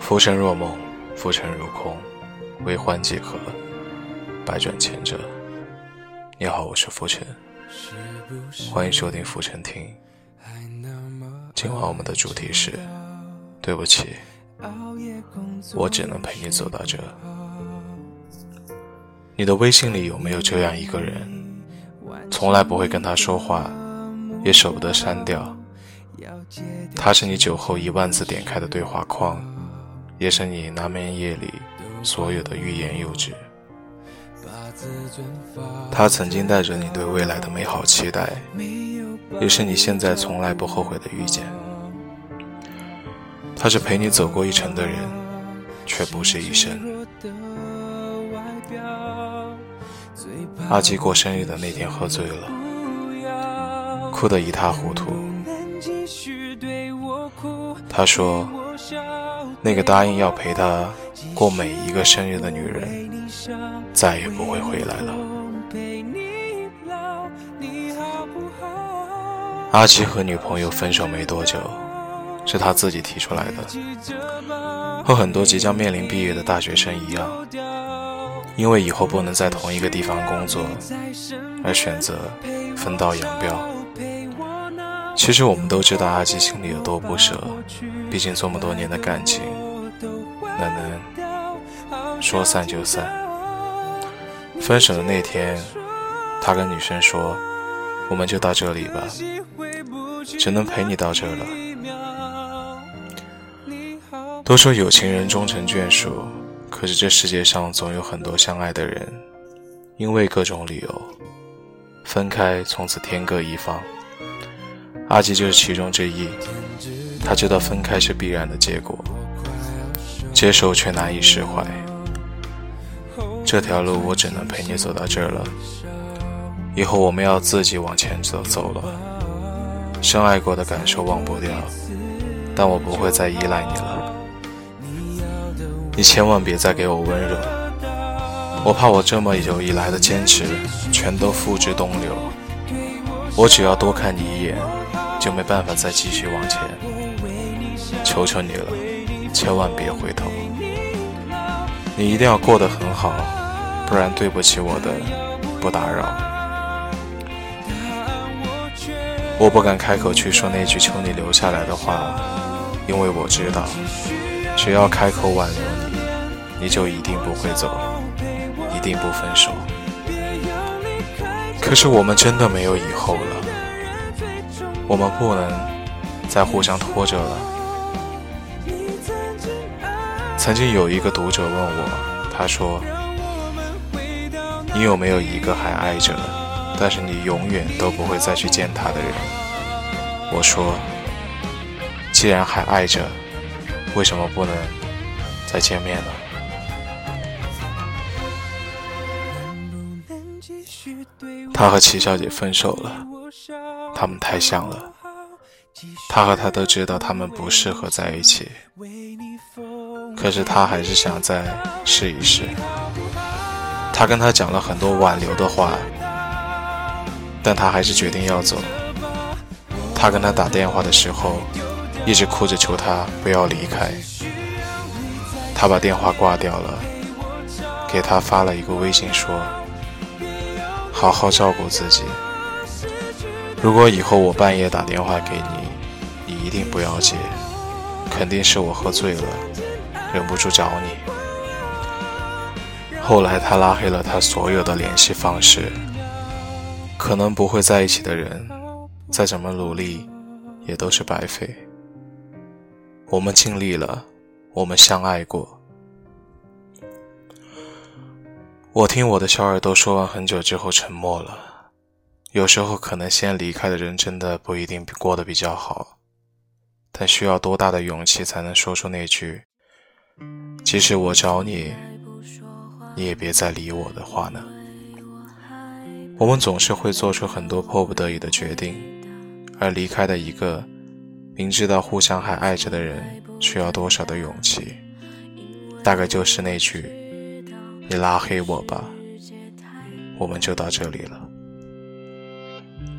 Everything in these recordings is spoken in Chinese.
浮沉若梦，浮沉如空，为欢几何，百转千折。你好，我是浮沉，欢迎收听浮沉听。今晚我们的主题是对不起，我只能陪你走到这。你的微信里有没有这样一个人，从来不会跟他说话，也舍不得删掉？他是你酒后1万字点开的对话框，也是你难眠夜里所有的欲言又止。他曾经带着你对未来的美好期待，也是你现在从来不后悔的遇见。他是陪你走过一程的人，却不是一生。阿基过生日的那天喝醉了，哭得一塌糊涂。他说那个答应要陪他过每一个生日的女人再也不会回来了。阿基和女朋友分手没多久，是他自己提出来的，和很多即将面临毕业的大学生一样，因为以后不能在同一个地方工作而选择分道扬镳。其实我们都知道阿基心里有多不舍，毕竟这么多年的感情哪能说散就散。分手的那天，他跟女生说，我们就到这里吧，只能陪你到这了。都说有情人终成眷属，可是这世界上总有很多相爱的人，因为各种理由分开，从此天各一方。阿基就是其中之一，他知道分开是必然的结果，接受却难以释怀。这条路我只能陪你走到这儿了，以后我们要自己往前走了。深爱过的感受忘不掉，但我不会再依赖你了。你千万别再给我温柔，我怕我这么久以来的坚持全都付之东流。我只要多看你一眼，就没办法再继续往前。求求你了，千万别回头。你一定要过得很好，不然对不起我的不打扰。我不敢开口去说那句求你留下来的话，因为我知道只要开口挽留你，你就一定不会走，一定不分手。可是我们真的没有以后了，我们不能再互相拖着了。曾经有一个读者问我，他说，你有没有一个还爱着，但是你永远都不会再去见他的人？我说，既然还爱着，为什么不能再见面呢？他和齐小姐分手了，他们太像了，他和她都知道他们不适合在一起，可是他还是想再试一试。他跟他讲了很多挽留的话，但他还是决定要走。他跟他打电话的时候，一直哭着求他不要离开。他把电话挂掉了，给他发了一个微信说，好好照顾自己，如果以后我半夜打电话给你，你一定不要接，肯定是我喝醉了，忍不住找你。后来他拉黑了他所有的联系方式，可能不会在一起的人，再怎么努力也都是白费。我们尽力了，我们相爱过。我听我的小耳朵说完很久之后沉默了。有时候可能先离开的人真的不一定过得比较好，但需要多大的勇气才能说出那句即使我找你，你也别再理我的话呢？我们总是会做出很多迫不得已的决定，而离开的一个明知道互相还爱着的人需要多少的勇气？大概就是那句你拉黑我吧，我们就到这里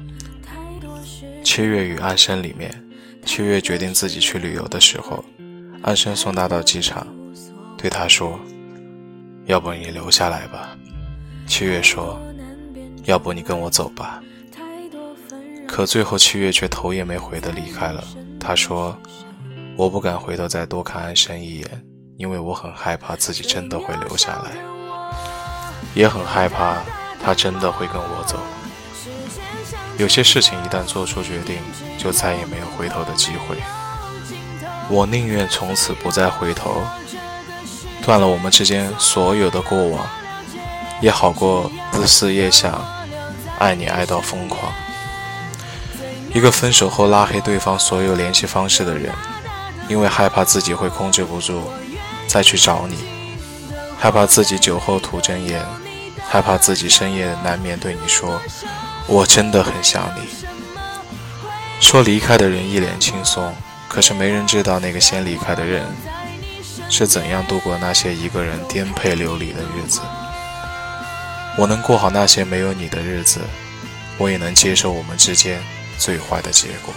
了。7月与安生里面，7月决定自己去旅游的时候， 暗生送他到机场，对他说：“要不你留下来吧。”七月说：“要不你跟我走吧。”可最后七月却头也没回地离开了。他说：“我不敢回头再多看安生一眼，因为我很害怕自己真的会留下来，也很害怕他真的会跟我走。有些事情一旦做出决定，就再也没有回头的机会。我宁愿从此不再回头，断了我们之间所有的过往，也好过日思夜想，爱你爱到疯狂。一个分手后拉黑对方所有联系方式的人，因为害怕自己会控制不住再去找你，害怕自己酒后吐真言，害怕自己深夜难眠对你说我真的很想你。说离开的人一脸轻松，可是没人知道那个先离开的人是怎样度过那些一个人颠沛流离的日子。我能过好那些没有你的日子，我也能接受我们之间最坏的结果。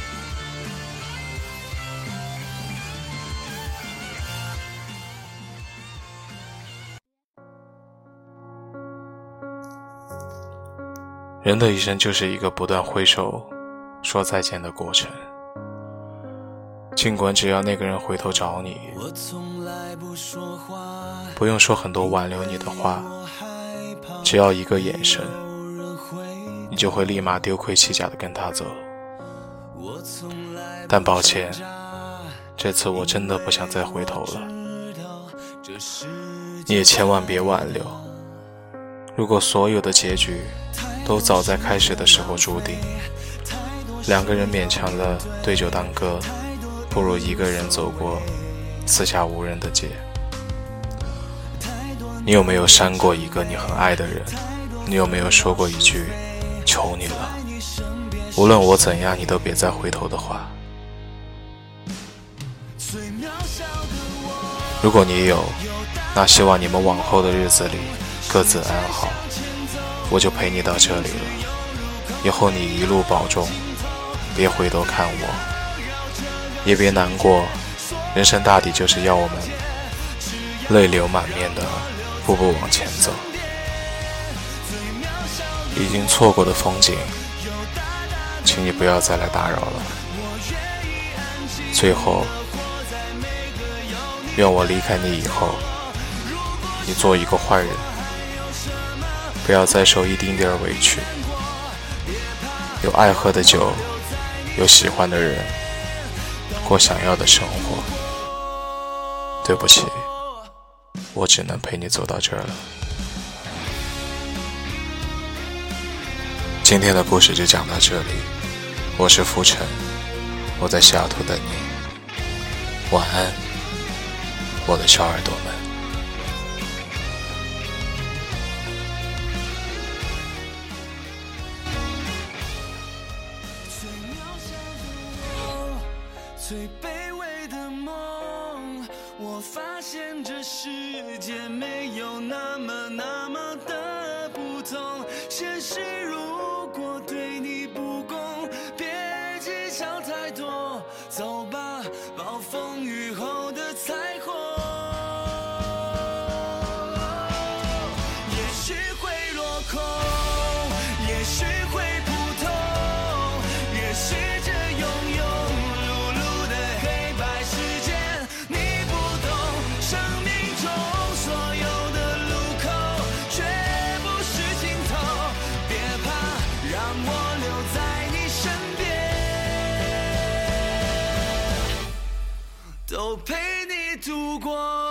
人的一生就是一个不断挥手说再见的过程，尽管只要那个人回头找你，不用说很多挽留你的话，只要一个眼神，你就会立马丢盔弃甲地跟他走。但抱歉，这次我真的不想再回头了，你也千万别挽留。如果所有的结局都早在开始的时候注定，两个人勉强了对酒当歌，不如一个人走过四下无人的街。你有没有删过一个你很爱的人？你有没有说过一句求你了，无论我怎样你都别再回头的话？如果你有，那希望你们往后的日子里各自安好，我就陪你到这里了。以后你一路保重，别回头看我，也别难过，人生大抵就是要我们泪流满面的步步往前走。已经错过的风景，请你不要再来打扰了。最后，愿我离开你以后，你做一个坏人，不要再受一丁点委屈。有爱喝的酒，有喜欢的人，过想要的生活。对不起，我只能陪你走到这儿了。今天的故事就讲到这里，我是浮尘，我在西雅图等你。晚安，我的小耳朵们。 最卑微的梦，我发现这世界没有那么的不同。现实如果对你不公，别计较太多，走吧，暴风雨后的彩虹。也许会落空，也许会普通，也许这庸庸碌碌的黑白世界你不懂。生命中所有的路口却不是尽头，别怕，让我留在你身边，都陪你度过。